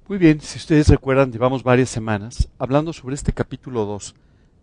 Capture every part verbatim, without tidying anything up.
Muy bien, si ustedes recuerdan, llevamos varias semanas hablando sobre este capítulo dos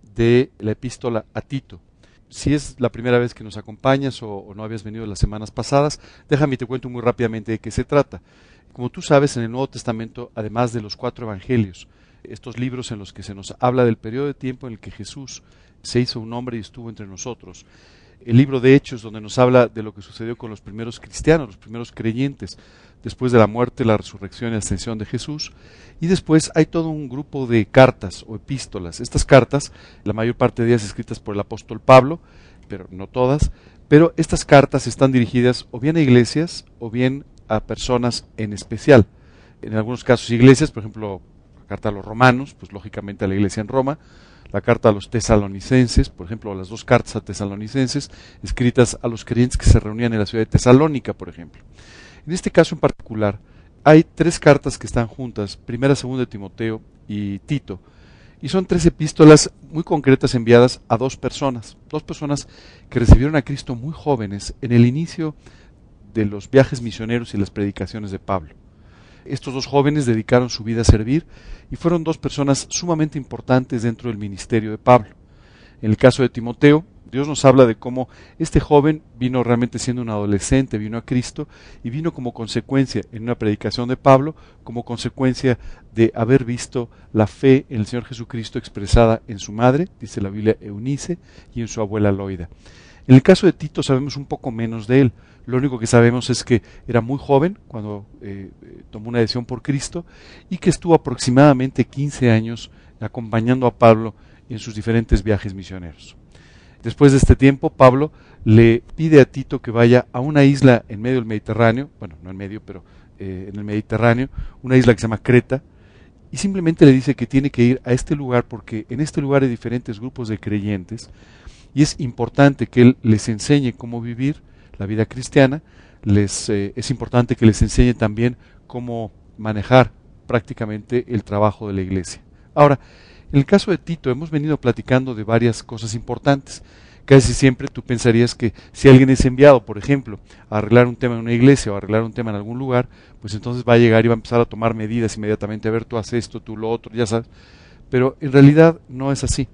de la epístola a Tito. Si es la primera vez que nos acompañas o, o no habías venido las semanas pasadas, déjame y te cuento muy rápidamente de qué se trata. Como tú sabes, en el Nuevo Testamento, además de los cuatro evangelios, estos libros en los que se nos habla del periodo de tiempo en el que Jesús se hizo un hombre y estuvo entre nosotros, el libro de Hechos, donde nos habla de lo que sucedió con los primeros cristianos, los primeros creyentes, después de la muerte, la resurrección y la ascensión de Jesús. Y después hay todo un grupo de cartas o epístolas. Estas cartas, la mayor parte de ellas escritas por el apóstol Pablo, pero no todas, pero estas cartas están dirigidas o bien a iglesias o bien a personas en especial. En algunos casos iglesias, por ejemplo, la carta a los romanos, pues lógicamente a la iglesia en Roma, la carta a los tesalonicenses, por ejemplo, las dos cartas a tesalonicenses, escritas a los creyentes que se reunían en la ciudad de Tesalónica, por ejemplo. En este caso en particular, hay tres cartas que están juntas, primera, segunda de Timoteo y Tito, y son tres epístolas muy concretas enviadas a dos personas, dos personas que recibieron a Cristo muy jóvenes en el inicio de los viajes misioneros y las predicaciones de Pablo. Estos dos jóvenes dedicaron su vida a servir y fueron dos personas sumamente importantes dentro del ministerio de Pablo. En el caso de Timoteo, Dios nos habla de cómo este joven vino realmente siendo un adolescente, vino a Cristo y vino como consecuencia en una predicación de Pablo, como consecuencia de haber visto la fe en el Señor Jesucristo expresada en su madre, dice la Biblia, Eunice, y en su abuela Loida. En el caso de Tito sabemos un poco menos de él. Lo único que sabemos es que era muy joven cuando eh, tomó una decisión por Cristo y que estuvo aproximadamente quince años acompañando a Pablo en sus diferentes viajes misioneros. Después de este tiempo, Pablo le pide a Tito que vaya a una isla en medio del Mediterráneo, bueno, no en medio, pero eh, en el Mediterráneo, una isla que se llama Creta, y simplemente le dice que tiene que ir a este lugar porque en este lugar hay diferentes grupos de creyentes y es importante que él les enseñe cómo vivir la vida cristiana, les, eh, es importante que les enseñe también cómo manejar prácticamente el trabajo de la iglesia. Ahora, en el caso de Tito hemos venido platicando de varias cosas importantes. Casi siempre tú pensarías que si alguien es enviado, por ejemplo, a arreglar un tema en una iglesia o a arreglar un tema en algún lugar, pues entonces va a llegar y va a empezar a tomar medidas inmediatamente, a ver, tú haces esto, tú lo otro, ya sabes. Pero en realidad no es así.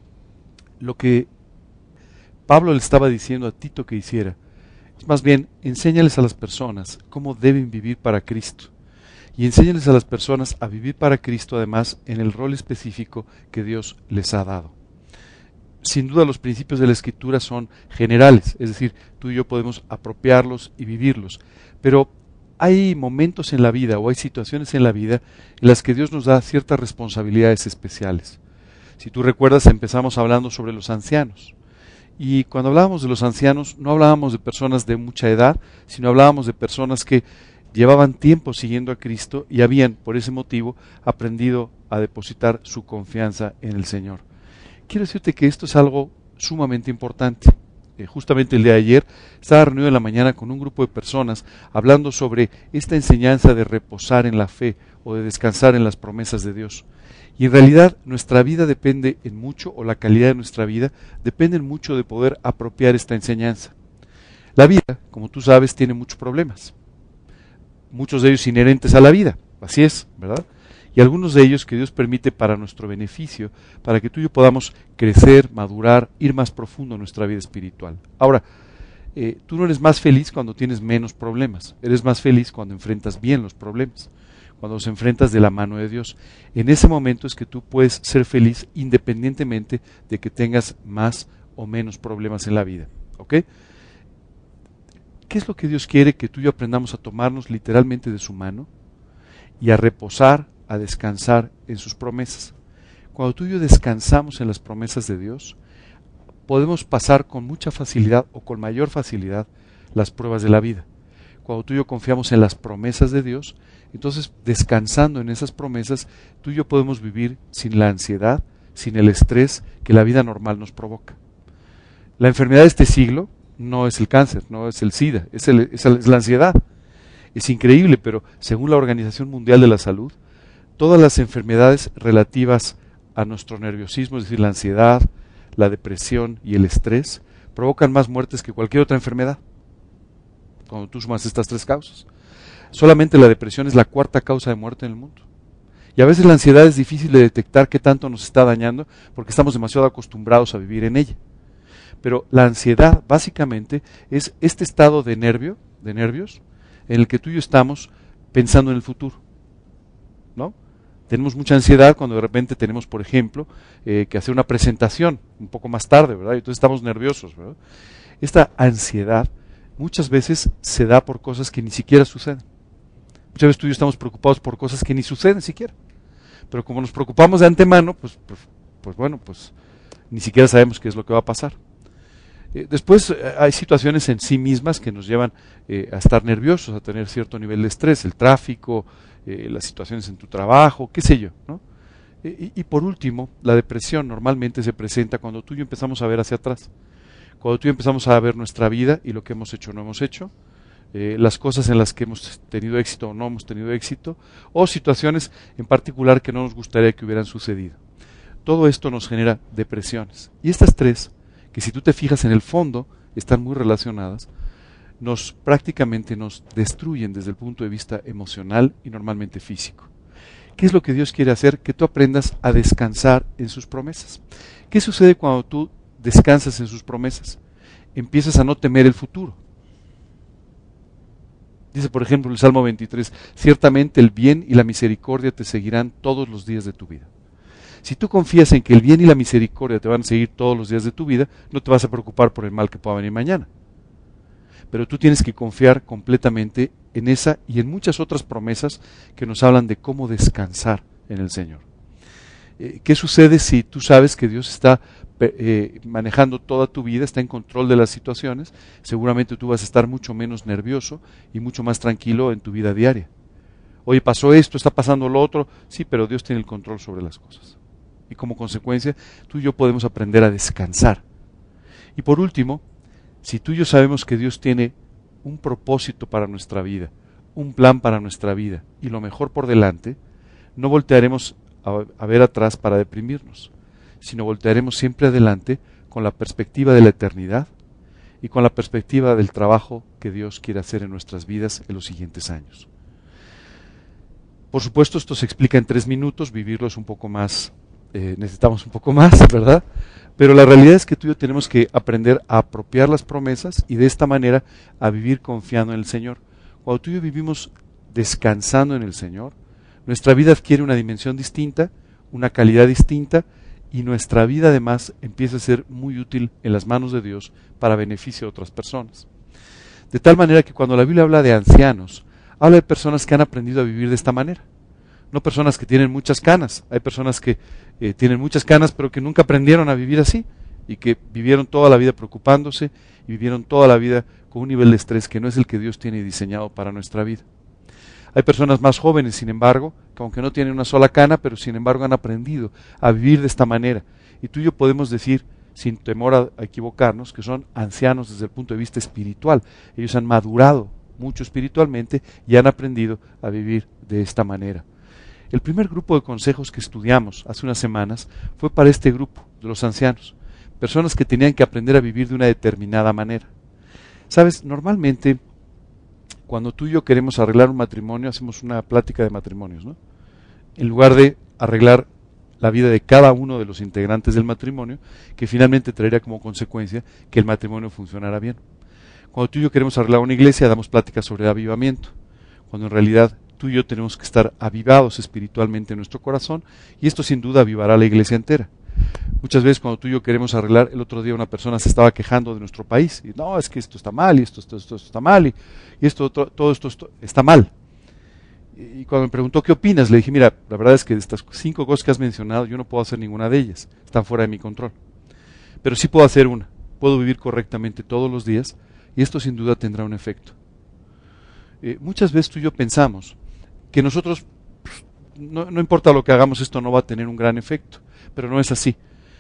Lo que Pablo le estaba diciendo a Tito que hiciera es más bien, enséñales a las personas cómo deben vivir para Cristo. Y enséñales a las personas a vivir para Cristo, además, en el rol específico que Dios les ha dado. Sin duda los principios de la Escritura son generales, es decir, tú y yo podemos apropiarlos y vivirlos, pero hay momentos en la vida o hay situaciones en la vida en las que Dios nos da ciertas responsabilidades especiales. Si tú recuerdas, empezamos hablando sobre los ancianos. Y cuando hablábamos de los ancianos, no hablábamos de personas de mucha edad, sino hablábamos de personas que llevaban tiempo siguiendo a Cristo y habían, por ese motivo, aprendido a depositar su confianza en el Señor. Quiero decirte que esto es algo sumamente importante. Eh, justamente el día de ayer estaba reunido en la mañana con un grupo de personas hablando sobre esta enseñanza de reposar en la fe o de descansar en las promesas de Dios. Y en realidad nuestra vida depende en mucho, o la calidad de nuestra vida depende en mucho de poder apropiar esta enseñanza. La vida, como tú sabes, tiene muchos problemas. Muchos de ellos inherentes a la vida, así es, ¿verdad? Y algunos de ellos que Dios permite para nuestro beneficio, para que tú y yo podamos crecer, madurar, ir más profundo en nuestra vida espiritual. Ahora, eh, tú no eres más feliz cuando tienes menos problemas, eres más feliz cuando enfrentas bien los problemas, cuando los enfrentas de la mano de Dios. En ese momento es que tú puedes ser feliz independientemente de que tengas más o menos problemas en la vida, ¿ok? ¿Qué es lo que Dios quiere? Que tú y yo aprendamos a tomarnos literalmente de su mano y a reposar, a descansar en sus promesas. Cuando tú y yo descansamos en las promesas de Dios, podemos pasar con mucha facilidad o con mayor facilidad las pruebas de la vida. Cuando tú y yo confiamos en las promesas de Dios, entonces descansando en esas promesas, tú y yo podemos vivir sin la ansiedad, sin el estrés que la vida normal nos provoca. La enfermedad de este siglo no es el cáncer, no es el SIDA, es, el, es, el, es la ansiedad. Es increíble, pero según la Organización Mundial de la Salud, todas las enfermedades relativas a nuestro nerviosismo, es decir, la ansiedad, la depresión y el estrés, provocan más muertes que cualquier otra enfermedad, cuando tú sumas estas tres causas. Solamente la depresión es la cuarta causa de muerte en el mundo. Y a veces la ansiedad es difícil de detectar qué tanto nos está dañando porque estamos demasiado acostumbrados a vivir en ella. Pero la ansiedad básicamente es este estado de nervio, de nervios, en el que tú y yo estamos pensando en el futuro, ¿no? Tenemos mucha ansiedad cuando de repente tenemos, por ejemplo, eh, que hacer una presentación un poco más tarde, ¿verdad? Y entonces estamos nerviosos, ¿verdad? Esta ansiedad muchas veces se da por cosas que ni siquiera suceden. Muchas veces tú y yo estamos preocupados por cosas que ni suceden siquiera. Pero como nos preocupamos de antemano, pues, pues, pues bueno, pues ni siquiera sabemos qué es lo que va a pasar. Eh, después eh, hay situaciones en sí mismas que nos llevan eh, a estar nerviosos, a tener cierto nivel de estrés, el tráfico, eh, las situaciones en tu trabajo, qué sé yo, ¿no? Eh, y, y por último, la depresión normalmente se presenta cuando tú y yo empezamos a ver hacia atrás. Cuando tú y yo empezamos a ver nuestra vida y lo que hemos hecho o no hemos hecho, eh, las cosas en las que hemos tenido éxito o no hemos tenido éxito, o situaciones en particular que no nos gustaría que hubieran sucedido. Todo esto nos genera depresiones. Y estas tres, que si tú te fijas en el fondo, están muy relacionadas, nos prácticamente nos destruyen desde el punto de vista emocional y normalmente físico. ¿Qué es lo que Dios quiere hacer? Que tú aprendas a descansar en sus promesas. ¿Qué sucede cuando tú descansas en sus promesas? Empiezas a no temer el futuro. Dice, por ejemplo, el Salmo veintitrés, ciertamente el bien y la misericordia te seguirán todos los días de tu vida. Si tú confías en que el bien y la misericordia te van a seguir todos los días de tu vida, no te vas a preocupar por el mal que pueda venir mañana. Pero tú tienes que confiar completamente en esa y en muchas otras promesas que nos hablan de cómo descansar en el Señor. Eh, ¿Qué sucede si tú sabes que Dios está eh, manejando toda tu vida, está en control de las situaciones? Seguramente tú vas a estar mucho menos nervioso y mucho más tranquilo en tu vida diaria. Oye, pasó esto, está pasando lo otro, sí, pero Dios tiene el control sobre las cosas. Y como consecuencia, tú y yo podemos aprender a descansar. Y por último, si tú y yo sabemos que Dios tiene un propósito para nuestra vida, un plan para nuestra vida y lo mejor por delante, no voltearemos a, a ver atrás para deprimirnos, sino voltearemos siempre adelante con la perspectiva de la eternidad y con la perspectiva del trabajo que Dios quiere hacer en nuestras vidas en los siguientes años. Por supuesto, esto se explica en tres minutos, vivirlo es un poco más, eh, necesitamos un poco más, ¿verdad? Pero la realidad es que tú y yo tenemos que aprender a apropiar las promesas y de esta manera a vivir confiando en el Señor. Cuando tú y yo vivimos descansando en el Señor, nuestra vida adquiere una dimensión distinta, una calidad distinta y nuestra vida además empieza a ser muy útil en las manos de Dios para beneficio de otras personas. De tal manera que cuando la Biblia habla de ancianos, habla de personas que han aprendido a vivir de esta manera. No personas que tienen muchas canas, hay personas que eh, tienen muchas canas pero que nunca aprendieron a vivir así y que vivieron toda la vida preocupándose y vivieron toda la vida con un nivel de estrés que no es el que Dios tiene diseñado para nuestra vida. Hay personas más jóvenes, sin embargo, que aunque no tienen una sola cana, pero sin embargo han aprendido a vivir de esta manera. Y tú y yo podemos decir, sin temor a, a equivocarnos, que son ancianos desde el punto de vista espiritual. Ellos han madurado mucho espiritualmente y han aprendido a vivir de esta manera. El primer grupo de consejos que estudiamos hace unas semanas fue para este grupo de los ancianos, personas que tenían que aprender a vivir de una determinada manera. Sabes, normalmente cuando tú y yo queremos arreglar un matrimonio, hacemos una plática de matrimonios, ¿no? En lugar de arreglar la vida de cada uno de los integrantes del matrimonio, que finalmente traería como consecuencia que el matrimonio funcionara bien. Cuando tú y yo queremos arreglar una iglesia, damos pláticas sobre avivamiento, cuando en realidad tú y yo tenemos que estar avivados espiritualmente en nuestro corazón, y esto sin duda avivará a la iglesia entera. Muchas veces cuando tú y yo queremos arreglar, el otro día una persona se estaba quejando de nuestro país, y no, es que esto está mal, y esto, esto, esto, esto está mal, y, y esto, todo, todo esto, esto está mal. Y, y cuando me preguntó qué opinas, le dije, mira, la verdad es que de estas cinco cosas que has mencionado, yo no puedo hacer ninguna de ellas, están fuera de mi control. Pero sí puedo hacer una, puedo vivir correctamente todos los días, y esto sin duda tendrá un efecto. Eh, muchas veces tú y yo pensamos que nosotros, no, no importa lo que hagamos, esto no va a tener un gran efecto, pero no es así.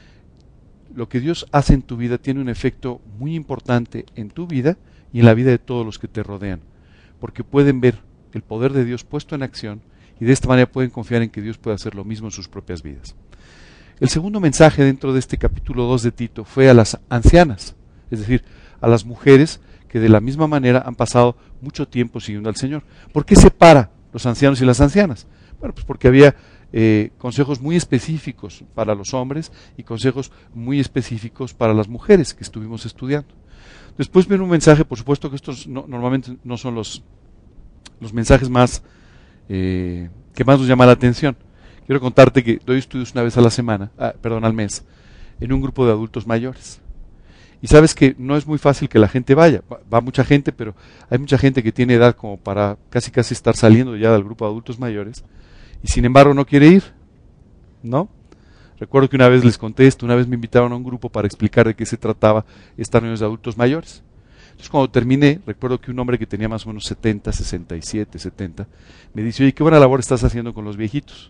Lo que Dios hace en tu vida tiene un efecto muy importante en tu vida y en la vida de todos los que te rodean, porque pueden ver el poder de Dios puesto en acción y de esta manera pueden confiar en que Dios puede hacer lo mismo en sus propias vidas. El segundo mensaje dentro de este capítulo dos de Tito fue a las ancianas, es decir, a las mujeres que de la misma manera han pasado mucho tiempo siguiendo al Señor. ¿Por qué separa los ancianos y las ancianas? Bueno, pues porque había eh, consejos muy específicos para los hombres y consejos muy específicos para las mujeres que estuvimos estudiando. Después viene un mensaje, por supuesto que estos no, normalmente no son los, los mensajes más eh, que más nos llaman la atención. Quiero contarte que doy estudios una vez a la semana, ah, perdón, al mes, en un grupo de adultos mayores. Y sabes que no es muy fácil que la gente vaya. Va, va mucha gente, pero hay mucha gente que tiene edad como para casi casi estar saliendo ya del grupo de adultos mayores y sin embargo no quiere ir, ¿no? Recuerdo que una vez les conté esto, una vez me invitaron a un grupo para explicar de qué se trataba esta reunión de adultos mayores. Entonces cuando terminé, recuerdo que un hombre que tenía más o menos setenta, sesenta y siete, setenta, me dice, oye, qué buena labor estás haciendo con los viejitos.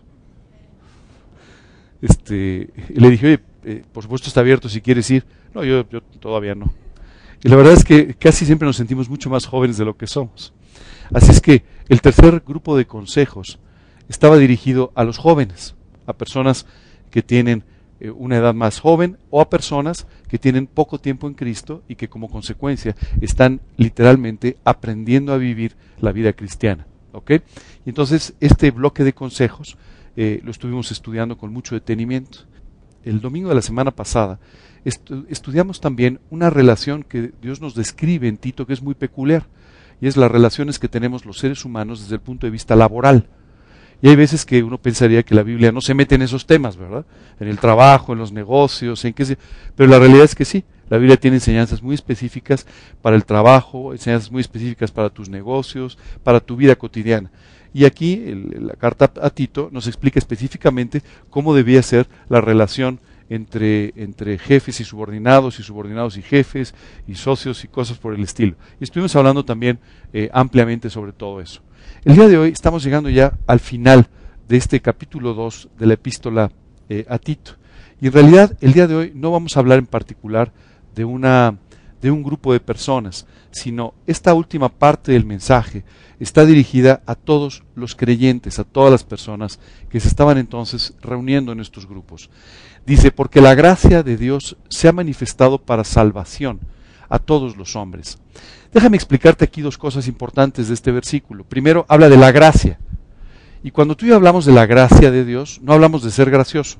Este, y le dije, oye, eh, por supuesto está abierto si quieres ir. No, yo, yo todavía no. Y la verdad es que casi siempre nos sentimos mucho más jóvenes de lo que somos. Así es que el tercer grupo de consejos estaba dirigido a los jóvenes, a personas que tienen eh, una edad más joven o a personas que tienen poco tiempo en Cristo y que como consecuencia están literalmente aprendiendo a vivir la vida cristiana. ¿Ok? Y entonces este bloque de consejos eh, lo estuvimos estudiando con mucho detenimiento. El domingo de la semana pasada estu- estudiamos también una relación que Dios nos describe en Tito que es muy peculiar, y es las relaciones que tenemos los seres humanos desde el punto de vista laboral. Y hay veces que uno pensaría que la Biblia no se mete en esos temas, ¿verdad? En el trabajo, en los negocios, en qué sé. Pero la realidad es que sí, la Biblia tiene enseñanzas muy específicas para el trabajo, enseñanzas muy específicas para tus negocios, para tu vida cotidiana. Y aquí el, la carta a Tito nos explica específicamente cómo debía ser la relación entre, entre jefes y subordinados, y subordinados y jefes, y socios y cosas por el estilo. Y estuvimos hablando también eh, ampliamente sobre todo eso. El día de hoy estamos llegando ya al final de este capítulo dos de la epístola eh, a Tito. Y en realidad el día de hoy no vamos a hablar en particular de, una, de un grupo de personas, sino esta última parte del mensaje está dirigida a todos los creyentes, a todas las personas que se estaban entonces reuniendo en estos grupos. Dice, porque la gracia de Dios se ha manifestado para salvación a todos los hombres. Déjame explicarte aquí dos cosas importantes de este versículo. Primero, habla de la gracia. Y cuando tú y yo hablamos de la gracia de Dios, no hablamos de ser gracioso,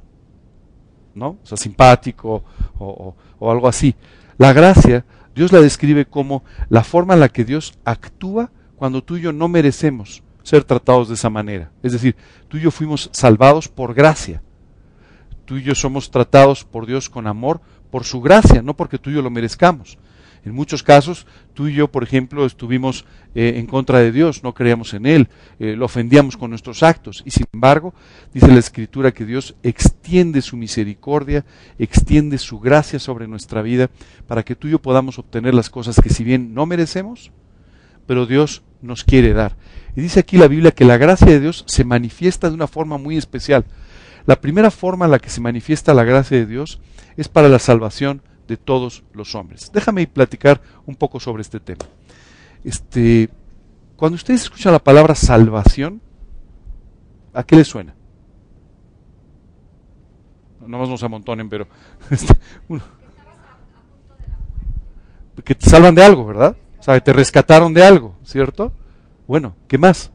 ¿no? O sea, simpático o, o, o algo así. La gracia, Dios la describe como la forma en la que Dios actúa cuando tú y yo no merecemos ser tratados de esa manera. Es decir, tú y yo fuimos salvados por gracia. Tú y yo somos tratados por Dios con amor por su gracia, no porque tú y yo lo merezcamos. En muchos casos, tú y yo, por ejemplo, estuvimos eh, en contra de Dios, no creíamos en Él, eh, lo ofendíamos con nuestros actos. Y sin embargo, dice la Escritura que Dios extiende su misericordia, extiende su gracia sobre nuestra vida para que tú y yo podamos obtener las cosas que si bien no merecemos, pero Dios nos quiere dar. Y dice aquí la Biblia que la gracia de Dios se manifiesta de una forma muy especial. La primera forma en la que se manifiesta la gracia de Dios es para la salvación de todos los hombres. Déjame platicar un poco sobre este tema. Este, cuando ustedes escuchan la palabra salvación, ¿a qué les suena? No más no se amontonen, pero este, uno, que te salvan de algo, ¿verdad? O sea, que te rescataron de algo, ¿cierto? Bueno, ¿qué más?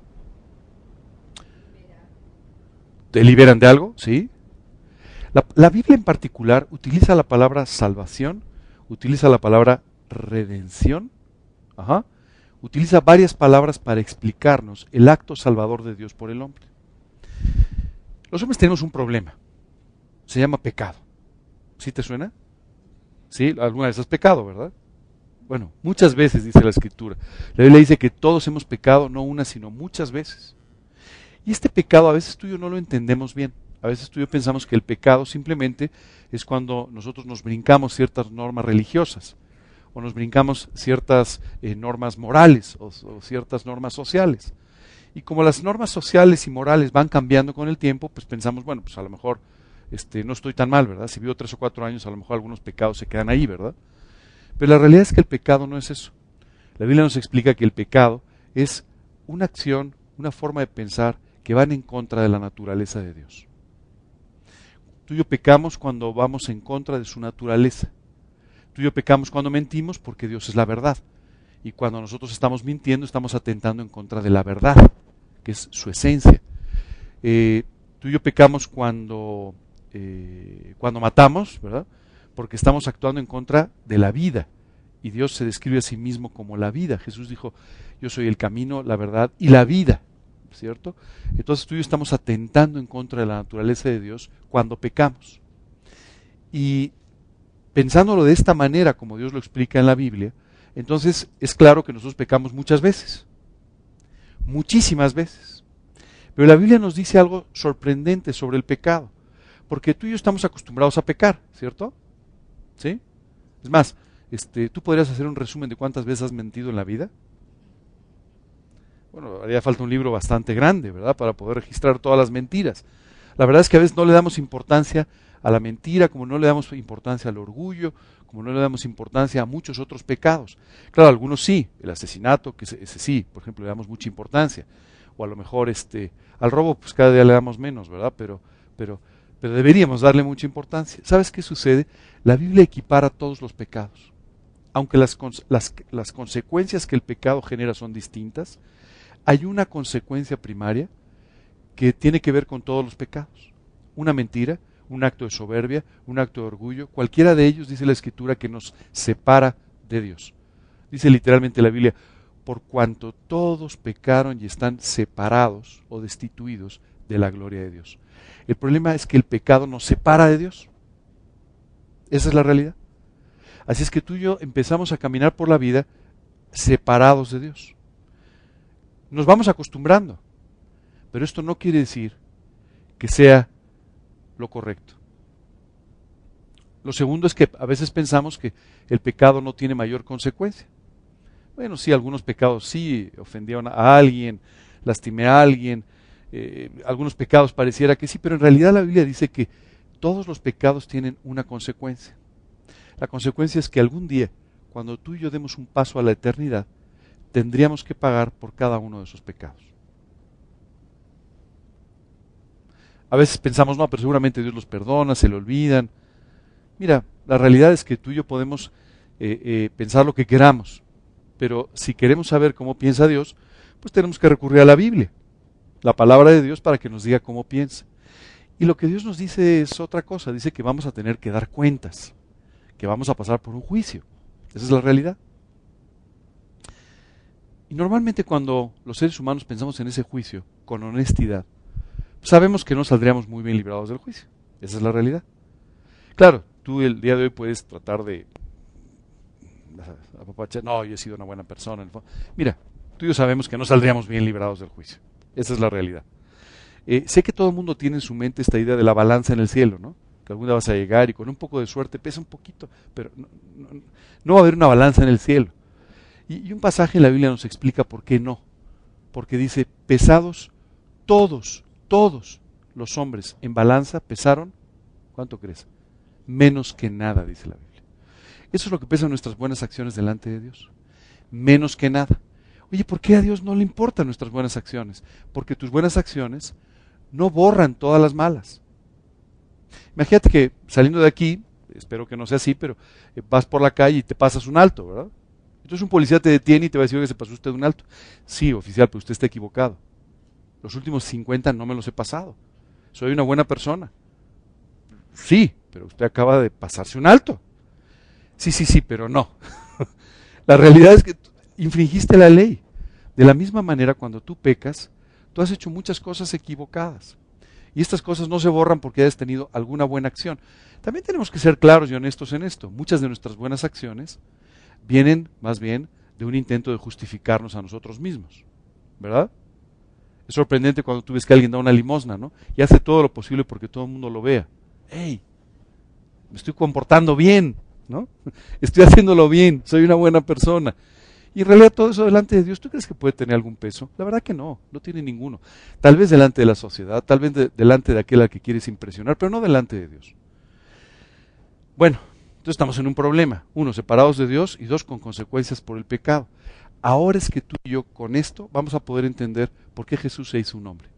¿Te liberan de algo? ¿Sí? La, la Biblia en particular utiliza la palabra salvación, utiliza la palabra redención, ajá, utiliza varias palabras para explicarnos el acto salvador de Dios por el hombre. Los hombres tenemos un problema, se llama pecado. ¿Sí te suena? ¿Sí? Alguna vez has pecado, ¿verdad? Bueno, muchas veces dice la Escritura. La Biblia dice que todos hemos pecado, no una, sino muchas veces. Y este pecado a veces tú y yo no lo entendemos bien. A veces tú y yo pensamos que el pecado simplemente es cuando nosotros nos brincamos ciertas normas religiosas, o nos brincamos ciertas eh, normas morales, o, o ciertas normas sociales. Y como las normas sociales y morales van cambiando con el tiempo, pues pensamos, bueno, pues a lo mejor este, no estoy tan mal, ¿verdad? Si vivo tres o cuatro años, a lo mejor algunos pecados se quedan ahí, ¿verdad? Pero la realidad es que el pecado no es eso. La Biblia nos explica que el pecado es una acción, una forma de pensar que van en contra de la naturaleza de Dios. Tú y yo pecamos cuando vamos en contra de su naturaleza. Tú y yo pecamos cuando mentimos porque Dios es la verdad. Y cuando nosotros estamos mintiendo, estamos atentando en contra de la verdad, que es su esencia. Eh, Tú y yo pecamos cuando, eh, cuando matamos, ¿verdad? Porque estamos actuando en contra de la vida. Y Dios se describe a sí mismo como la vida. Jesús dijo, yo soy el camino, la verdad y la vida, ¿cierto? Entonces tú y yo estamos atentando en contra de la naturaleza de Dios cuando pecamos. Y pensándolo de esta manera, como Dios lo explica en la Biblia, entonces es claro que nosotros pecamos muchas veces, muchísimas veces. Pero la Biblia nos dice algo sorprendente sobre el pecado, porque tú y yo estamos acostumbrados a pecar, ¿cierto? ¿Sí? Es más, este, ¿tú podrías hacer un resumen de cuántas veces has mentido en la vida? Bueno, haría falta un libro bastante grande, ¿verdad?, para poder registrar todas las mentiras. La verdad es que a veces no le damos importancia a la mentira, como no le damos importancia al orgullo, como no le damos importancia a muchos otros pecados. Claro, algunos sí, el asesinato, que ese, ese sí, por ejemplo, le damos mucha importancia. O a lo mejor este, al robo, pues cada día le damos menos, ¿verdad? Pero, pero, pero deberíamos darle mucha importancia. ¿Sabes qué sucede? La Biblia equipara todos los pecados. Aunque las, las, las consecuencias que el pecado genera son distintas, hay una consecuencia primaria que tiene que ver con todos los pecados. Una mentira, un acto de soberbia, un acto de orgullo, cualquiera de ellos, dice la Escritura, que nos separa de Dios. Dice literalmente la Biblia, por cuanto todos pecaron y están separados o destituidos de la gloria de Dios. El problema es que el pecado nos separa de Dios. Esa es la realidad. Así es que tú y yo empezamos a caminar por la vida separados de Dios. Nos vamos acostumbrando, pero esto no quiere decir que sea lo correcto. Lo segundo es que a veces pensamos que el pecado no tiene mayor consecuencia. Bueno, sí, algunos pecados sí, ofendieron a alguien, lastimé a alguien, eh, algunos pecados pareciera que sí, pero en realidad la Biblia dice que todos los pecados tienen una consecuencia. La consecuencia es que algún día, cuando tú y yo demos un paso a la eternidad, tendríamos que pagar por cada uno de esos pecados. A veces pensamos, no, pero seguramente Dios los perdona, se le olvidan. Mira, la realidad es que tú y yo podemos eh, eh, pensar lo que queramos, pero si queremos saber cómo piensa Dios, pues tenemos que recurrir a la Biblia, la palabra de Dios, para que nos diga cómo piensa. Y lo que Dios nos dice es otra cosa, dice que vamos a tener que dar cuentas, que vamos a pasar por un juicio. Esa es la realidad. Y normalmente cuando los seres humanos pensamos en ese juicio con honestidad, sabemos que no saldríamos muy bien librados del juicio. Esa es la realidad. Claro, tú el día de hoy puedes tratar de apapachar, no, yo he sido una buena persona. Mira, tú y yo sabemos que no saldríamos bien librados del juicio. Esa es la realidad. Eh, sé que todo el mundo tiene en su mente esta idea de la balanza en el cielo, ¿no? Que algún día vas a llegar y con un poco de suerte pesa un poquito, pero no, no, no va a haber una balanza en el cielo. Y, y un pasaje en la Biblia nos explica por qué no. Porque dice, pesados todos, todos los hombres en balanza pesaron, ¿cuánto crees? Menos que nada, dice la Biblia. Eso es lo que pesan nuestras buenas acciones delante de Dios. Menos que nada. Oye, ¿por qué a Dios no le importan nuestras buenas acciones? Porque tus buenas acciones no borran todas las malas. Imagínate que saliendo de aquí, espero que no sea así, pero eh, vas por la calle y te pasas un alto, ¿verdad? Entonces un policía te detiene y te va a decir que se pasó usted un alto. Sí, oficial, pero usted está equivocado. Los últimos cincuenta no me los he pasado. Soy una buena persona. Sí, pero usted acaba de pasarse un alto. Sí, sí, sí, pero no. La realidad es que infringiste la ley. De la misma manera, cuando tú pecas, tú has hecho muchas cosas equivocadas. Y estas cosas no se borran porque hayas tenido alguna buena acción. También tenemos que ser claros y honestos en esto. Muchas de nuestras buenas acciones vienen, más bien, de un intento de justificarnos a nosotros mismos. ¿Verdad? Es sorprendente cuando tú ves que alguien da una limosna, ¿no? Y hace todo lo posible porque todo el mundo lo vea. ¡Hey! Me estoy comportando bien, ¿no? Estoy haciéndolo bien, soy una buena persona. Y en realidad todo eso delante de Dios, ¿tú crees que puede tener algún peso? La verdad que no, no tiene ninguno. Tal vez delante de la sociedad, tal vez de, delante de aquel al que quieres impresionar, pero no delante de Dios. Bueno, entonces estamos en un problema. Uno, separados de Dios, y dos, con consecuencias por el pecado. Ahora es que tú y yo con esto vamos a poder entender por qué Jesús se hizo un hombre.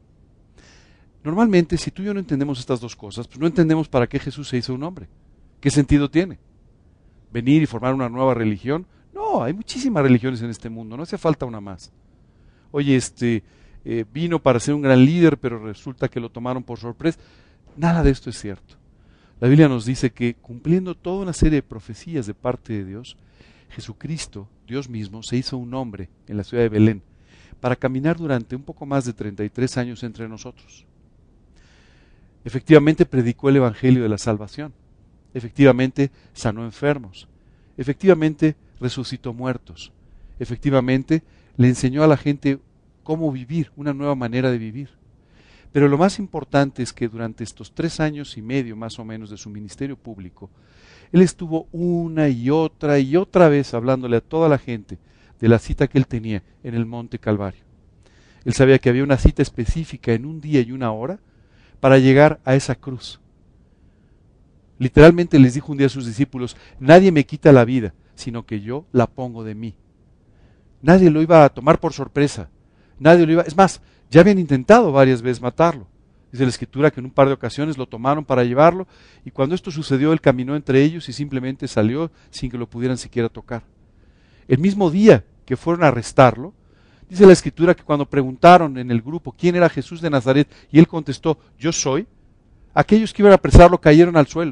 Normalmente, si tú y yo no entendemos estas dos cosas, pues no entendemos para qué Jesús se hizo un hombre. ¿Qué sentido tiene? ¿Venir y formar una nueva religión? No, hay muchísimas religiones en este mundo, no hace falta una más. Oye, este, eh, vino para ser un gran líder, pero resulta que lo tomaron por sorpresa. Nada de esto es cierto. La Biblia nos dice que cumpliendo toda una serie de profecías de parte de Dios, Jesucristo, Dios mismo, se hizo un hombre en la ciudad de Belén para caminar durante un poco más de treinta y tres años entre nosotros. Efectivamente predicó el Evangelio de la salvación. Efectivamente sanó enfermos. Efectivamente resucitó muertos. Efectivamente le enseñó a la gente cómo vivir, una nueva manera de vivir. Pero lo más importante es que durante estos tres años y medio más o menos de su ministerio público, él estuvo una y otra y otra vez hablándole a toda la gente de la cita que él tenía en el Monte Calvario. Él sabía que había una cita específica en un día y una hora para llegar a esa cruz. Literalmente les dijo un día a sus discípulos: nadie me quita la vida, sino que yo la pongo de mí. Nadie lo iba a tomar por sorpresa. Nadie lo iba, es más, ya habían intentado varias veces matarlo. Dice la Escritura que en un par de ocasiones lo tomaron para llevarlo, y cuando esto sucedió, él caminó entre ellos y simplemente salió sin que lo pudieran siquiera tocar. El mismo día que fueron a arrestarlo, dice la Escritura que cuando preguntaron en el grupo quién era Jesús de Nazaret, y él contestó: yo soy, aquellos que iban a apresarlo cayeron al suelo.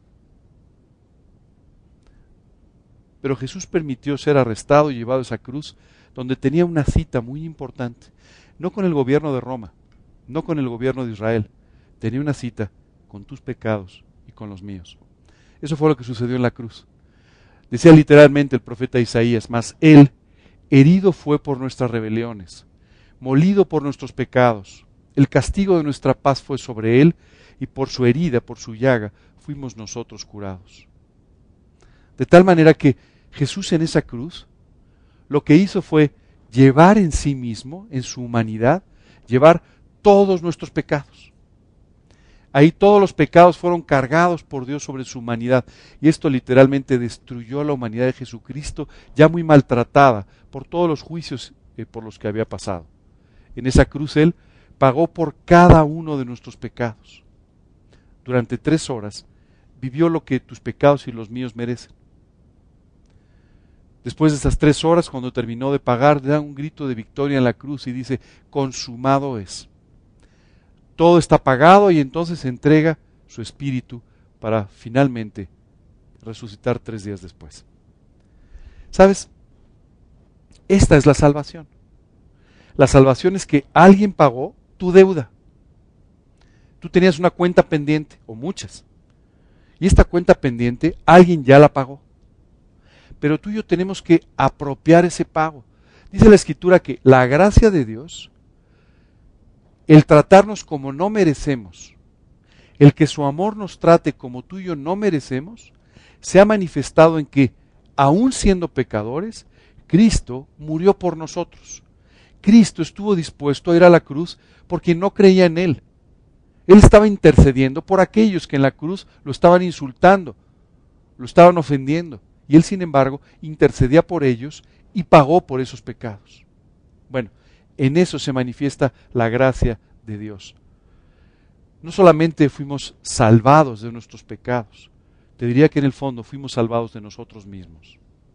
Pero Jesús permitió ser arrestado y llevado a esa cruz, donde tenía una cita muy importante, no con el gobierno de Roma, no con el gobierno de Israel, tenía una cita con tus pecados y con los míos. Eso fue lo que sucedió en la cruz. Decía literalmente el profeta Isaías: mas él herido fue por nuestras rebeliones, molido por nuestros pecados, el castigo de nuestra paz fue sobre él, y por su herida, por su llaga, fuimos nosotros curados. De tal manera que Jesús en esa cruz lo que hizo fue llevar en sí mismo, en su humanidad, llevar todos nuestros pecados. Ahí todos los pecados fueron cargados por Dios sobre su humanidad, y esto literalmente destruyó a la humanidad de Jesucristo, ya muy maltratada por todos los juicios eh, por los que había pasado. En esa cruz Él pagó por cada uno de nuestros pecados. Durante tres horas vivió lo que tus pecados y los míos merecen. Después de esas tres horas, cuando terminó de pagar, da un grito de victoria en la cruz y dice: consumado es. Todo está pagado, y entonces se entrega su espíritu para finalmente resucitar tres días después. ¿Sabes? Esta es la salvación. La salvación es que alguien pagó tu deuda. Tú tenías una cuenta pendiente, o muchas, y esta cuenta pendiente alguien ya la pagó. Pero tú y yo tenemos que apropiar ese pago. Dice la Escritura que la gracia de Dios, el tratarnos como no merecemos, el que su amor nos trate como tú y yo no merecemos, se ha manifestado en que, aun siendo pecadores, Cristo murió por nosotros. Cristo estuvo dispuesto a ir a la cruz porque no creía en Él. Él estaba intercediendo por aquellos que en la cruz lo estaban insultando, lo estaban ofendiendo. Y Él, sin embargo, intercedía por ellos y pagó por esos pecados. Bueno, en eso se manifiesta la gracia de Dios. No solamente fuimos salvados de nuestros pecados, te diría que en el fondo fuimos salvados de nosotros mismos.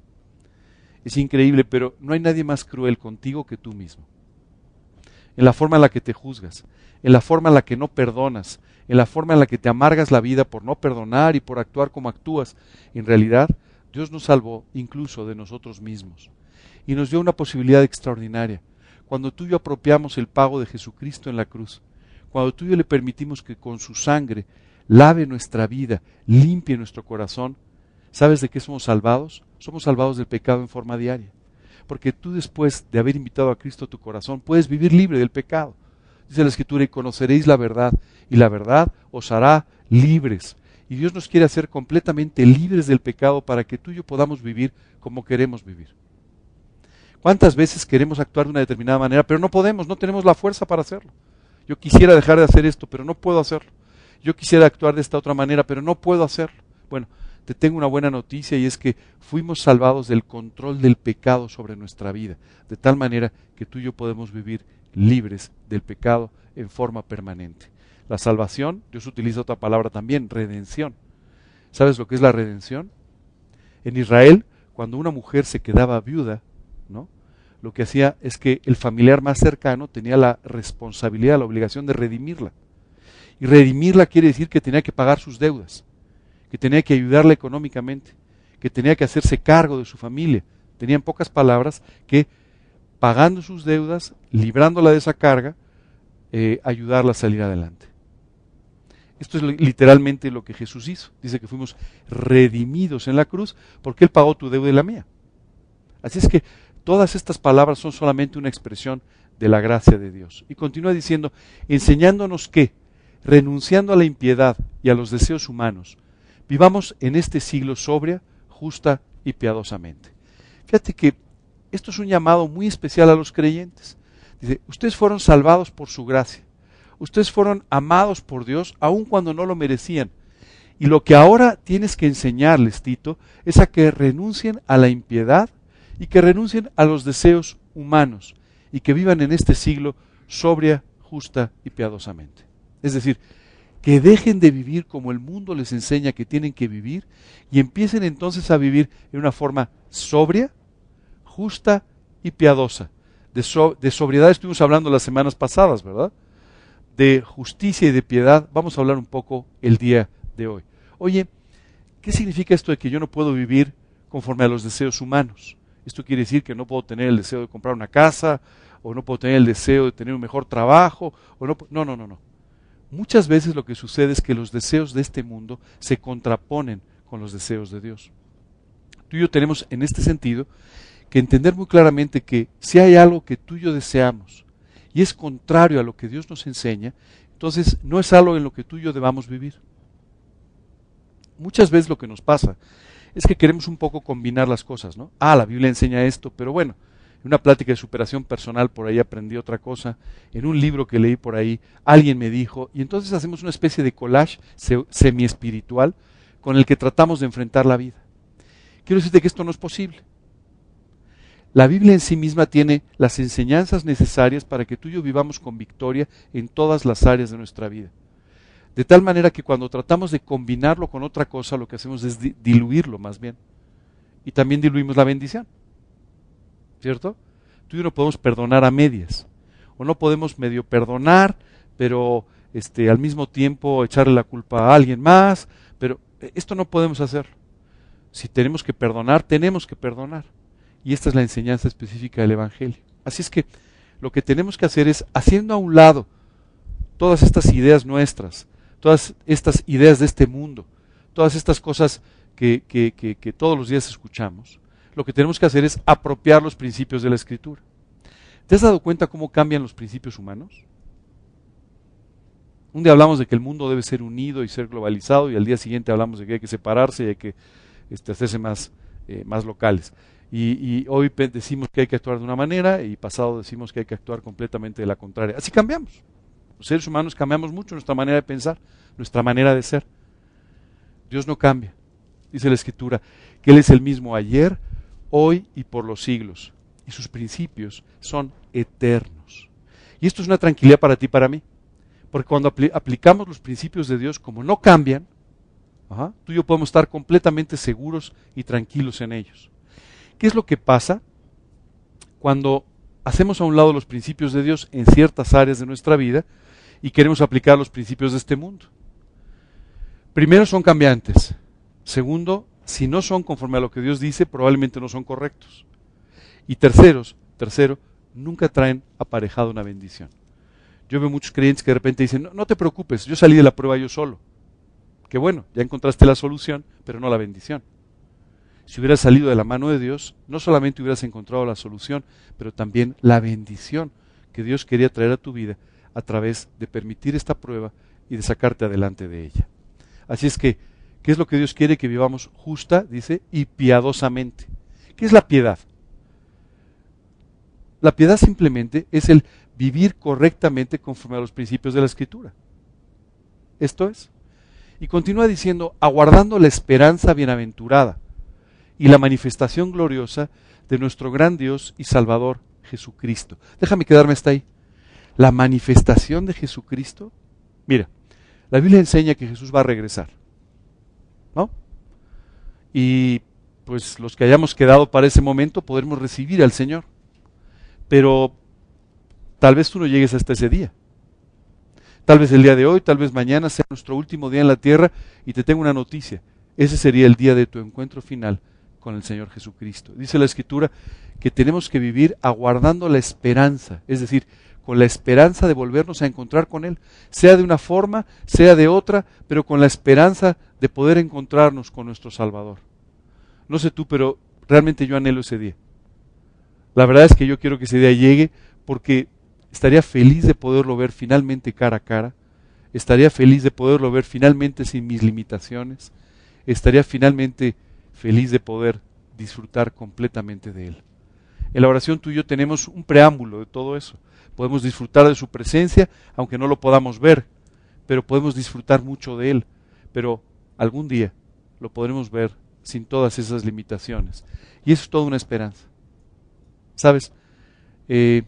Es increíble, pero no hay nadie más cruel contigo que tú mismo. En la forma en la que te juzgas, en la forma en la que no perdonas, en la forma en la que te amargas la vida por no perdonar y por actuar como actúas, en realidad Dios nos salvó incluso de nosotros mismos y nos dio una posibilidad extraordinaria. Cuando tú y yo apropiamos el pago de Jesucristo en la cruz, cuando tú y yo le permitimos que con su sangre lave nuestra vida, limpie nuestro corazón, ¿sabes de qué somos salvados? Somos salvados del pecado en forma diaria. Porque tú, después de haber invitado a Cristo a tu corazón, puedes vivir libre del pecado. Dice la Escritura: y conoceréis la verdad, y la verdad os hará libres. Y Dios nos quiere hacer completamente libres del pecado para que tú y yo podamos vivir como queremos vivir. ¿Cuántas veces queremos actuar de una determinada manera, pero no podemos, no tenemos la fuerza para hacerlo? Yo quisiera dejar de hacer esto, pero no puedo hacerlo. Yo quisiera actuar de esta otra manera, pero no puedo hacerlo. Bueno, te tengo una buena noticia, y es que fuimos salvados del control del pecado sobre nuestra vida, de tal manera que tú y yo podemos vivir libres del pecado en forma permanente. La salvación, Dios utiliza otra palabra también, redención. ¿Sabes lo que es la redención? En Israel, cuando una mujer se quedaba viuda, ¿no?, lo que hacía es que el familiar más cercano tenía la responsabilidad, la obligación de redimirla. Y redimirla quiere decir que tenía que pagar sus deudas, que tenía que ayudarla económicamente, que tenía que hacerse cargo de su familia. Tenía, en pocas palabras, que pagando sus deudas, librándola de esa carga, eh, ayudarla a salir adelante. Esto es literalmente lo que Jesús hizo. Dice que fuimos redimidos en la cruz porque Él pagó tu deuda y la mía. Así es que todas estas palabras son solamente una expresión de la gracia de Dios. Y continúa diciendo, enseñándonos que, renunciando a la impiedad y a los deseos humanos, vivamos en este siglo sobria, justa y piadosamente. Fíjate que esto es un llamado muy especial a los creyentes. Dice, ustedes fueron salvados por su gracia. Ustedes fueron amados por Dios aun cuando no lo merecían. Y lo que ahora tienes que enseñarles, Tito, es a que renuncien a la impiedad y que renuncien a los deseos humanos y que vivan en este siglo sobria, justa y piadosamente. Es decir, que dejen de vivir como el mundo les enseña que tienen que vivir y empiecen entonces a vivir en una forma sobria, justa y piadosa. De, so, de sobriedad estuvimos hablando las semanas pasadas, ¿verdad? De justicia y de piedad vamos a hablar un poco el día de hoy. Oye, ¿qué significa esto de que yo no puedo vivir conforme a los deseos humanos? Esto quiere decir que no puedo tener el deseo de comprar una casa, o no puedo tener el deseo de tener un mejor trabajo, o no, no, no, no, no. Muchas veces lo que sucede es que los deseos de este mundo se contraponen con los deseos de Dios. Tú y yo tenemos en este sentido que entender muy claramente que si hay algo que tú y yo deseamos y es contrario a lo que Dios nos enseña, entonces no es algo en lo que tú y yo debamos vivir. Muchas veces lo que nos pasa es que queremos un poco combinar las cosas, ¿no? Ah, la Biblia enseña esto, pero bueno, en una plática de superación personal por ahí aprendí otra cosa, en un libro que leí por ahí alguien me dijo, y entonces hacemos una especie de collage semi-espiritual con el que tratamos de enfrentar la vida. Quiero decirte que esto no es posible. La Biblia en sí misma tiene las enseñanzas necesarias para que tú y yo vivamos con victoria en todas las áreas de nuestra vida. De tal manera que cuando tratamos de combinarlo con otra cosa, lo que hacemos es diluirlo más bien. Y también diluimos la bendición. ¿Cierto? Tú y yo no podemos perdonar a medias. O no podemos medio perdonar, pero este, al mismo tiempo echarle la culpa a alguien más. Pero esto no podemos hacerlo. Si tenemos que perdonar, tenemos que perdonar. Y esta es la enseñanza específica del Evangelio. Así es que lo que tenemos que hacer es, haciendo a un lado todas estas ideas nuestras, todas estas ideas de este mundo, todas estas cosas que, que, que, que todos los días escuchamos, lo que tenemos que hacer es apropiar los principios de la Escritura. ¿Te has dado cuenta cómo cambian los principios humanos? Un día hablamos de que el mundo debe ser unido y ser globalizado, y al día siguiente hablamos de que hay que separarse y hay que este, hacerse más, eh, más locales. Y, y hoy decimos que hay que actuar de una manera y pasado decimos que hay que actuar completamente de la contraria. Así cambiamos. Los seres humanos cambiamos mucho nuestra manera de pensar, nuestra manera de ser. Dios no cambia. Dice la Escritura que Él es el mismo ayer, hoy y por los siglos. Y sus principios son eternos. Y esto es una tranquilidad para ti y para mí. Porque cuando apl- aplicamos los principios de Dios, como no cambian, ajá, tú y yo podemos estar completamente seguros y tranquilos en ellos. ¿Qué es lo que pasa cuando hacemos a un lado los principios de Dios en ciertas áreas de nuestra vida y queremos aplicar los principios de este mundo? Primero, son cambiantes. Segundo, si no son conforme a lo que Dios dice, probablemente no son correctos. Y terceros, tercero, nunca traen aparejado una bendición. Yo veo muchos creyentes que de repente dicen, no, no te preocupes, yo salí de la prueba yo solo. Qué bueno, ya encontraste la solución, pero no la bendición. Si hubieras salido de la mano de Dios, no solamente hubieras encontrado la solución, pero también la bendición que Dios quería traer a tu vida a través de permitir esta prueba y de sacarte adelante de ella. Así es que, ¿qué es lo que Dios quiere? Que vivamos justa, dice, y piadosamente. ¿Qué es la piedad? La piedad simplemente es el vivir correctamente conforme a los principios de la Escritura. Esto es. Y continúa diciendo, aguardando la esperanza bienaventurada y la manifestación gloriosa de nuestro gran Dios y Salvador Jesucristo. Déjame quedarme hasta ahí. La manifestación de Jesucristo. Mira, la Biblia enseña que Jesús va a regresar, ¿no? Y pues los que hayamos quedado para ese momento podremos recibir al Señor. Pero tal vez tú no llegues hasta ese día. Tal vez el día de hoy, tal vez mañana sea nuestro último día en la tierra y te tengo una noticia. Ese sería el día de tu encuentro final con el Señor Jesucristo. Dice la Escritura que tenemos que vivir aguardando la esperanza, es decir, con la esperanza de volvernos a encontrar con Él, sea de una forma, sea de otra, pero con la esperanza de poder encontrarnos con nuestro Salvador. No sé tú, pero realmente yo anhelo ese día. La verdad es que yo quiero que ese día llegue porque estaría feliz de poderlo ver finalmente cara a cara, estaría feliz de poderlo ver finalmente sin mis limitaciones, estaría finalmente feliz de poder disfrutar completamente de Él. En la oración tú y yo tenemos un preámbulo de todo eso. Podemos disfrutar de su presencia, aunque no lo podamos ver, pero podemos disfrutar mucho de Él. Pero algún día lo podremos ver sin todas esas limitaciones. Y eso es toda una esperanza. ¿Sabes? Eh,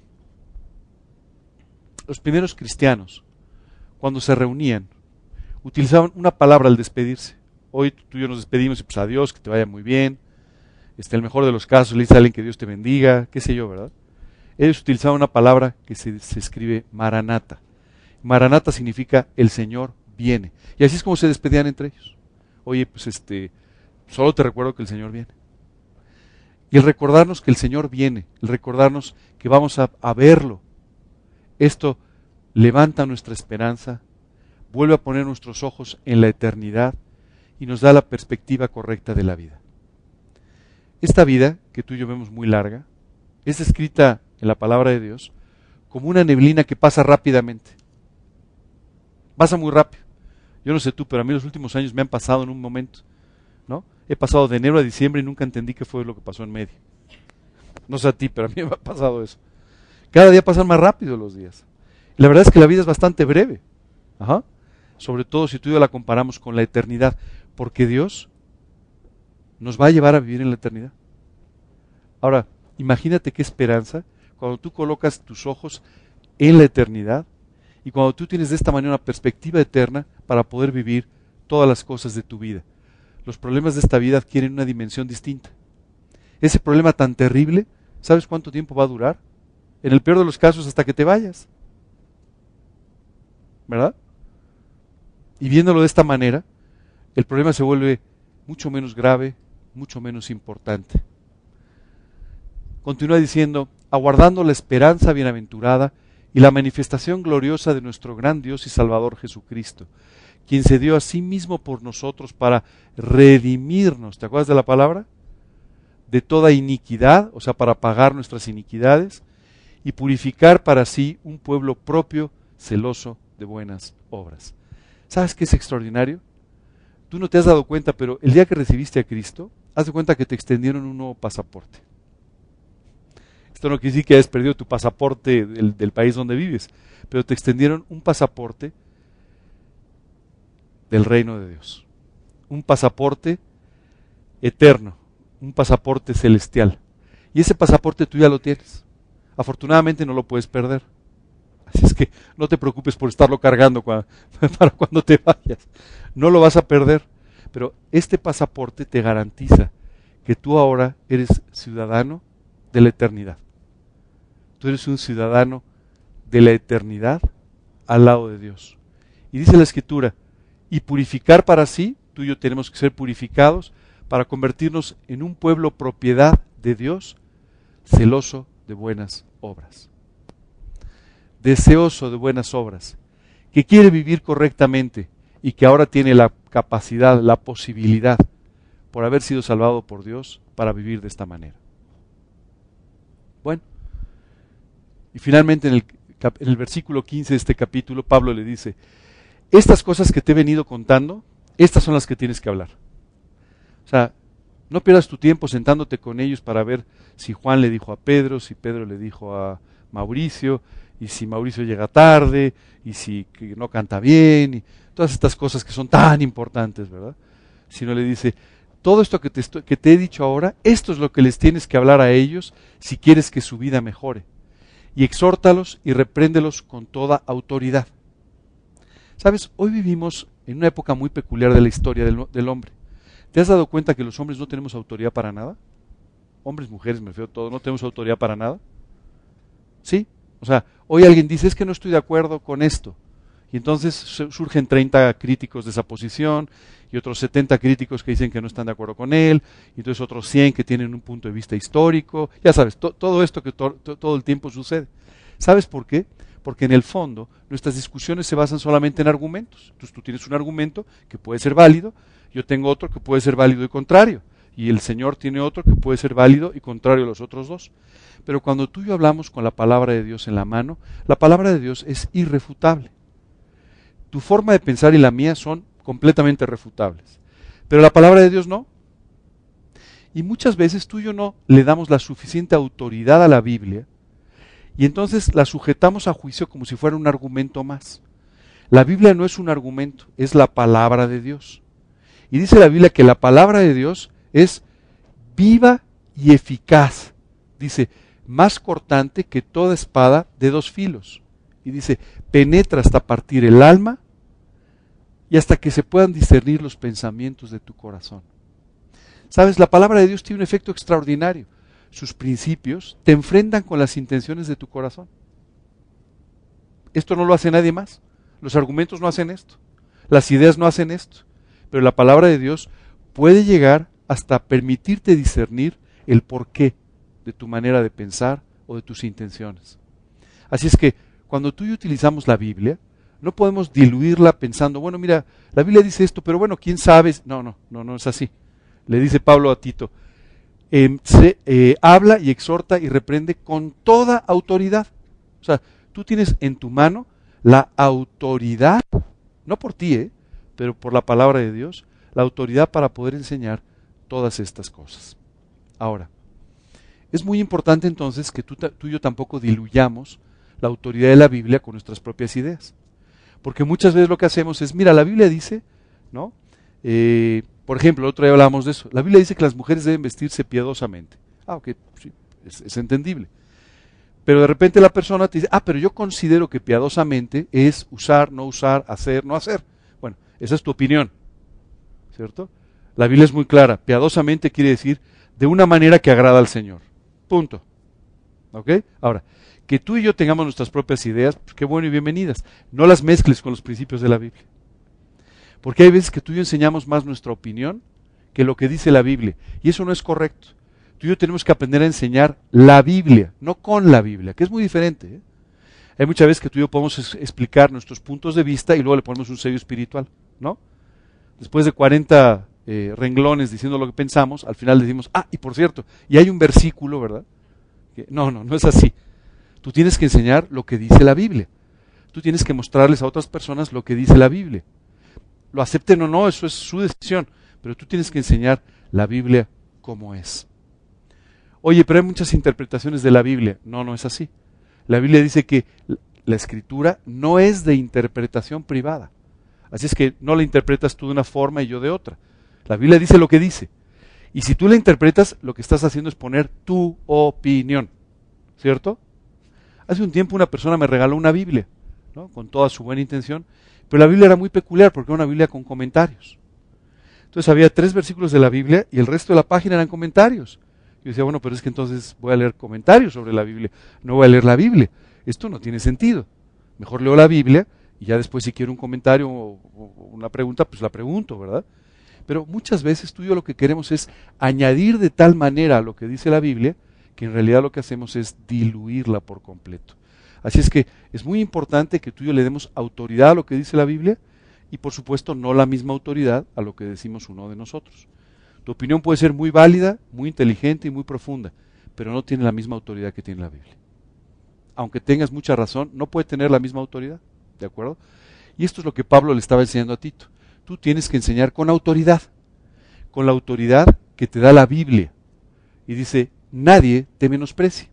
los primeros cristianos, cuando se reunían, utilizaban una palabra al despedirse. Hoy tú y yo nos despedimos y pues adiós, que te vaya muy bien. Este, el mejor de los casos le dice a alguien que Dios te bendiga, qué sé yo, ¿verdad? Ellos utilizaban una palabra que se, se escribe Maranata. Maranata significa el Señor viene. Y así es como se despedían entre ellos. Oye, pues este, solo te recuerdo que el Señor viene. Y el recordarnos que el Señor viene, el recordarnos que vamos a, a verlo, esto levanta nuestra esperanza, vuelve a poner nuestros ojos en la eternidad y nos da la perspectiva correcta de la vida. Esta vida, que tú y yo vemos muy larga, es descrita en la palabra de Dios como una neblina que pasa rápidamente. Pasa muy rápido. Yo no sé tú, pero a mí los últimos años me han pasado en un momento, ¿no? He pasado de enero a diciembre y nunca entendí qué fue lo que pasó en medio. No sé a ti, pero a mí me ha pasado eso. Cada día pasan más rápido los días. Y la verdad es que la vida es bastante breve. Ajá. Sobre todo si tú y yo la comparamos con la eternidad, porque Dios nos va a llevar a vivir en la eternidad. Ahora, imagínate qué esperanza cuando tú colocas tus ojos en la eternidad y cuando tú tienes de esta manera una perspectiva eterna para poder vivir todas las cosas de tu vida. Los problemas de esta vida adquieren una dimensión distinta. Ese problema tan terrible, ¿sabes cuánto tiempo va a durar? En el peor de los casos, hasta que te vayas. ¿Verdad? Y viéndolo de esta manera, el problema se vuelve mucho menos grave, mucho menos importante. Continúa diciendo, aguardando la esperanza bienaventurada y la manifestación gloriosa de nuestro gran Dios y Salvador Jesucristo, quien se dio a sí mismo por nosotros para redimirnos, ¿te acuerdas de la palabra? De toda iniquidad, o sea, para pagar nuestras iniquidades, y purificar para sí un pueblo propio, celoso de buenas obras. ¿Sabes qué es extraordinario? Tú no te has dado cuenta, pero el día que recibiste a Cristo, haz de cuenta que te extendieron un nuevo pasaporte. Esto no quiere decir que hayas perdido tu pasaporte del, del país donde vives, pero te extendieron un pasaporte del reino de Dios. Un pasaporte eterno, un pasaporte celestial. Y ese pasaporte tú ya lo tienes. Afortunadamente no lo puedes perder. Así es que no te preocupes por estarlo cargando para cuando te vayas. No lo vas a perder. Pero este pasaporte te garantiza que tú ahora eres ciudadano de la eternidad. Tú eres un ciudadano de la eternidad al lado de Dios. Y dice la Escritura, y purificar para sí, tú y yo tenemos que ser purificados para convertirnos en un pueblo propiedad de Dios, celoso de buenas obras. Deseoso de buenas obras, que quiere vivir correctamente y que ahora tiene la capacidad, la posibilidad, por haber sido salvado por Dios, para vivir de esta manera. Bueno, y finalmente en el, en el versículo quince de este capítulo, Pablo le dice, estas cosas que te he venido contando, estas son las que tienes que hablar. O sea, no pierdas tu tiempo sentándote con ellos para ver si Juan le dijo a Pedro, si Pedro le dijo a Mauricio, y si Mauricio llega tarde, y si que no canta bien, y todas estas cosas que son tan importantes, ¿verdad? Sino le dice, todo esto que te, estoy, que te he dicho ahora, esto es lo que les tienes que hablar a ellos si quieres que su vida mejore. Y exhórtalos y repréndelos con toda autoridad. ¿Sabes? Hoy vivimos en una época muy peculiar de la historia del, del hombre. ¿Te has dado cuenta que los hombres no tenemos autoridad para nada? Hombres, mujeres, me refiero a todo, no tenemos autoridad para nada. ¿Sí? O sea, hoy alguien dice, es que no estoy de acuerdo con esto. Y entonces surgen treinta críticos de esa posición y otros setenta críticos que dicen que no están de acuerdo con él, y entonces otros cien que tienen un punto de vista histórico. Ya sabes, to- todo esto que to- to- todo el tiempo sucede. ¿Sabes por qué? Porque en el fondo nuestras discusiones se basan solamente en argumentos. Entonces tú tienes un argumento que puede ser válido, yo tengo otro que puede ser válido y contrario, y el Señor tiene otro que puede ser válido y contrario a los otros dos. Pero cuando tú y yo hablamos con la palabra de Dios en la mano, la palabra de Dios es irrefutable. Tu forma de pensar y la mía son completamente refutables. Pero la palabra de Dios no. Y muchas veces tú y yo no le damos la suficiente autoridad a la Biblia y entonces la sujetamos a juicio como si fuera un argumento más. La Biblia no es un argumento, es la palabra de Dios. Y dice la Biblia que la palabra de Dios es viva y eficaz. Dice, más cortante que toda espada de dos filos. Y dice, penetra hasta partir el alma y hasta que se puedan discernir los pensamientos de tu corazón. ¿Sabes? La palabra de Dios tiene un efecto extraordinario. Sus principios te enfrentan con las intenciones de tu corazón. Esto no lo hace nadie más. Los argumentos no hacen esto. Las ideas no hacen esto. Pero la palabra de Dios puede llegar hasta permitirte discernir el porqué de tu manera de pensar o de tus intenciones. Así es que cuando tú y yo utilizamos la Biblia, no podemos diluirla pensando, bueno, mira, la Biblia dice esto, pero bueno, ¿quién sabe? No, no, no, no es así. Le dice Pablo a Tito, eh, se, eh, habla y exhorta y reprende con toda autoridad. O sea, tú tienes en tu mano la autoridad, no por ti, eh, pero por la palabra de Dios, la autoridad para poder enseñar todas estas cosas. Ahora, es muy importante entonces que tú, tú y yo tampoco diluyamos la autoridad de la Biblia con nuestras propias ideas. Porque muchas veces lo que hacemos es, mira, la Biblia dice, ¿no? Eh, por ejemplo, el otro día hablábamos de eso. La Biblia dice que las mujeres deben vestirse piadosamente. Ah, ok, sí, es, es entendible. Pero de repente la persona te dice, ah, pero yo considero que piadosamente es usar, no usar, hacer, no hacer. Bueno, esa es tu opinión, ¿cierto? La Biblia es muy clara. Piadosamente quiere decir de una manera que agrada al Señor. Punto. ¿Ok? Ahora, que tú y yo tengamos nuestras propias ideas, pues qué bueno y bienvenidas. No las mezcles con los principios de la Biblia. Porque hay veces que tú y yo enseñamos más nuestra opinión que lo que dice la Biblia. Y eso no es correcto. Tú y yo tenemos que aprender a enseñar la Biblia, no con la Biblia, que es muy diferente. ¿eh? Hay muchas veces que tú y yo podemos es- explicar nuestros puntos de vista y luego le ponemos un sello espiritual, ¿no? Después de cuarenta eh, renglones diciendo lo que pensamos, al final decimos, ah, y por cierto, y hay un versículo, ¿verdad? Que, no, no, no es así. Tú tienes que enseñar lo que dice la Biblia. Tú tienes que mostrarles a otras personas lo que dice la Biblia. Lo acepten o no, eso es su decisión, pero tú tienes que enseñar la Biblia como es. Oye, pero hay muchas interpretaciones de la Biblia. No, no es así. La Biblia dice que la Escritura no es de interpretación privada. Así es que no la interpretas tú de una forma y yo de otra. La Biblia dice lo que dice. Y si tú la interpretas, lo que estás haciendo es poner tu opinión. ¿Cierto? Hace un tiempo una persona me regaló una Biblia, ¿no? Con toda su buena intención, pero la Biblia era muy peculiar porque era una Biblia con comentarios. Entonces había tres versículos de la Biblia y el resto de la página eran comentarios. Yo decía, bueno, pero es que entonces voy a leer comentarios sobre la Biblia, no voy a leer la Biblia. Esto no tiene sentido. Mejor leo la Biblia y ya después si quiero un comentario o, o una pregunta, pues la pregunto, ¿verdad? Pero muchas veces tú y yo lo que queremos es añadir de tal manera a lo que dice la Biblia que en realidad lo que hacemos es diluirla por completo. Así es que es muy importante que tú y yo le demos autoridad a lo que dice la Biblia y por supuesto no la misma autoridad a lo que decimos uno de nosotros. Tu opinión puede ser muy válida, muy inteligente y muy profunda, pero no tiene la misma autoridad que tiene la Biblia. Aunque tengas mucha razón, no puede tener la misma autoridad, ¿de acuerdo? Y esto es lo que Pablo le estaba enseñando a Tito. Tú tienes que enseñar con autoridad, con la autoridad que te da la Biblia. Y dice, nadie te menosprecie.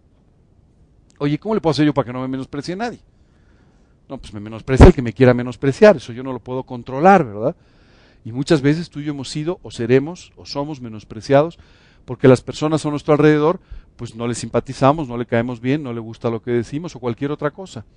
Oye, ¿cómo le puedo hacer yo para que no me menosprecie nadie? No, pues me menosprecia el que me quiera menospreciar, eso yo no lo puedo controlar, ¿verdad? Y muchas veces tú y yo hemos sido, o seremos, o somos menospreciados, porque las personas a nuestro alrededor, pues no les simpatizamos, no le caemos bien, no le gusta lo que decimos, o cualquier otra cosa.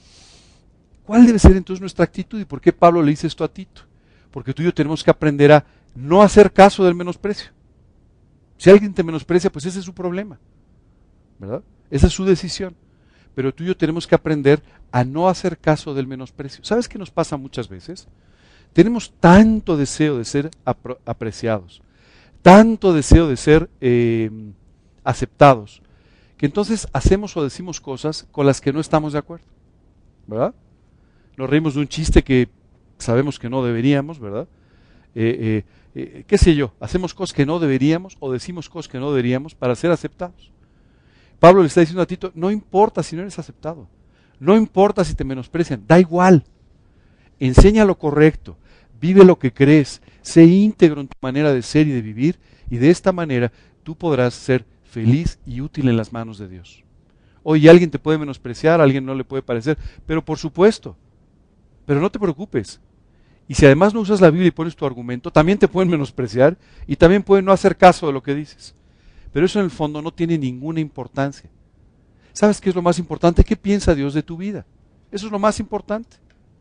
¿Cuál debe ser entonces nuestra actitud? ¿Y por qué Pablo le dice esto a Tito? Porque tú y yo tenemos que aprender a no hacer caso del menosprecio. Si alguien te menosprecia, pues ese es su problema, ¿verdad? Esa es su decisión. pero tú y yo tenemos que aprender a no hacer caso del menosprecio. ¿Sabes qué nos pasa muchas veces? Tenemos tanto deseo de ser apro- apreciados, tanto deseo de ser eh, aceptados, que entonces hacemos o decimos cosas con las que no estamos de acuerdo, ¿verdad? Nos reímos de un chiste que sabemos que no deberíamos, ¿verdad? Eh, eh, eh, qué sé yo, hacemos cosas que no deberíamos o decimos cosas que no deberíamos para ser aceptados. Pablo le está diciendo a Tito, no importa si no eres aceptado, no importa si te menosprecian, da igual, enseña lo correcto, vive lo que crees, sé íntegro en tu manera de ser y de vivir, y de esta manera tú podrás ser feliz y útil en las manos de Dios. Oye, alguien te puede menospreciar, a alguien no le puede parecer, pero por supuesto, pero no te preocupes. Y si además no usas la Biblia y pones tu argumento, también te pueden menospreciar y también pueden no hacer caso de lo que dices. Pero eso en el fondo no tiene ninguna importancia. ¿Sabes qué es lo más importante? ¿Qué piensa Dios de tu vida? Eso es lo más importante.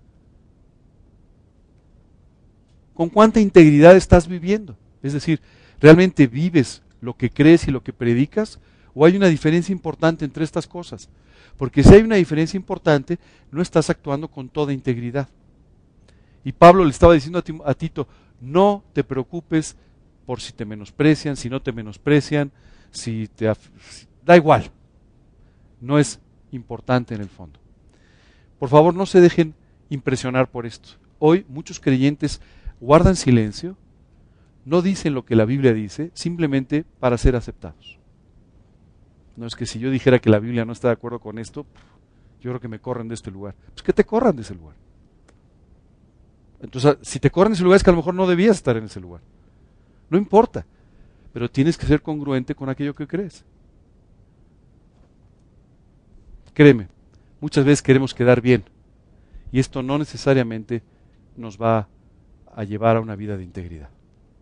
¿Con cuánta integridad estás viviendo? Es decir, ¿realmente vives lo que crees y lo que predicas? ¿O hay una diferencia importante entre estas cosas? Porque si hay una diferencia importante, no estás actuando con toda integridad. Y Pablo le estaba diciendo a Tito, no te preocupes por si te menosprecian, si no te menosprecian, si te si, da igual. No es importante en el fondo. Por favor, no se dejen impresionar por esto. Hoy muchos creyentes guardan silencio, no dicen lo que la Biblia dice, simplemente para ser aceptados. No es que si yo dijera que la Biblia no está de acuerdo con esto, yo creo que me corren de este lugar. Pues que te corran de ese lugar. Entonces, si te corren de ese lugar es que a lo mejor no debías estar en ese lugar. No importa, pero tienes que ser congruente con aquello que crees. Créeme, muchas veces queremos quedar bien y esto no necesariamente nos va a llevar a una vida de integridad.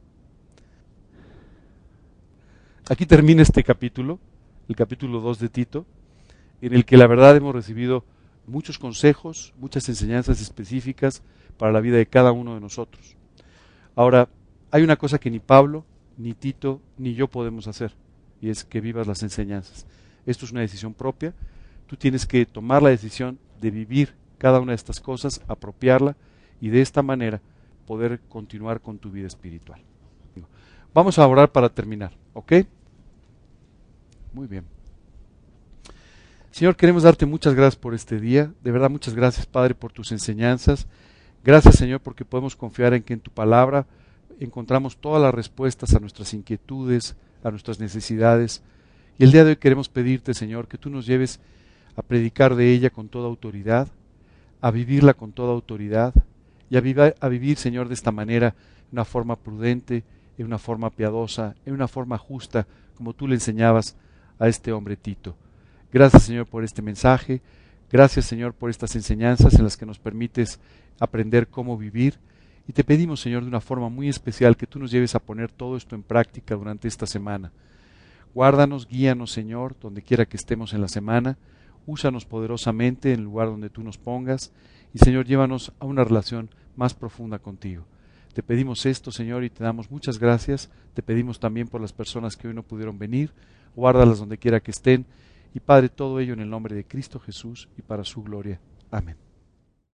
Aquí termina este capítulo, el capítulo dos de Tito, en el que la verdad hemos recibido muchos consejos, muchas enseñanzas específicas para la vida de cada uno de nosotros. Ahora, hay una cosa que ni Pablo, ni Tito, ni yo podemos hacer, y es que vivas las enseñanzas. Esto es una decisión propia. Tú tienes que tomar la decisión de vivir cada una de estas cosas, apropiarla, y de esta manera poder continuar con tu vida espiritual. Vamos a orar para terminar, ¿ok? Muy bien. Señor, queremos darte muchas gracias por este día. De verdad, muchas gracias, Padre, por tus enseñanzas. Gracias, Señor, porque podemos confiar en que en tu palabra encontramos todas las respuestas a nuestras inquietudes, a nuestras necesidades. Y el día de hoy queremos pedirte, Señor, que tú nos lleves a predicar de ella con toda autoridad, a vivirla con toda autoridad y a, viva, a vivir, Señor, de esta manera, de una forma prudente, en una forma piadosa, en una forma justa, como tú le enseñabas a este hombre Tito. Gracias, Señor, por este mensaje. Gracias, Señor, por estas enseñanzas en las que nos permites aprender cómo vivir. Y te pedimos, Señor, de una forma muy especial que tú nos lleves a poner todo esto en práctica durante esta semana. Guárdanos, guíanos, Señor, donde quiera que estemos en la semana. Úsanos poderosamente en el lugar donde tú nos pongas. Y, Señor, llévanos a una relación más profunda contigo. Te pedimos esto, Señor, y te damos muchas gracias. Te pedimos también por las personas que hoy no pudieron venir. Guárdalas donde quiera que estén. Y, Padre, todo ello en el nombre de Cristo Jesús y para su gloria. Amén.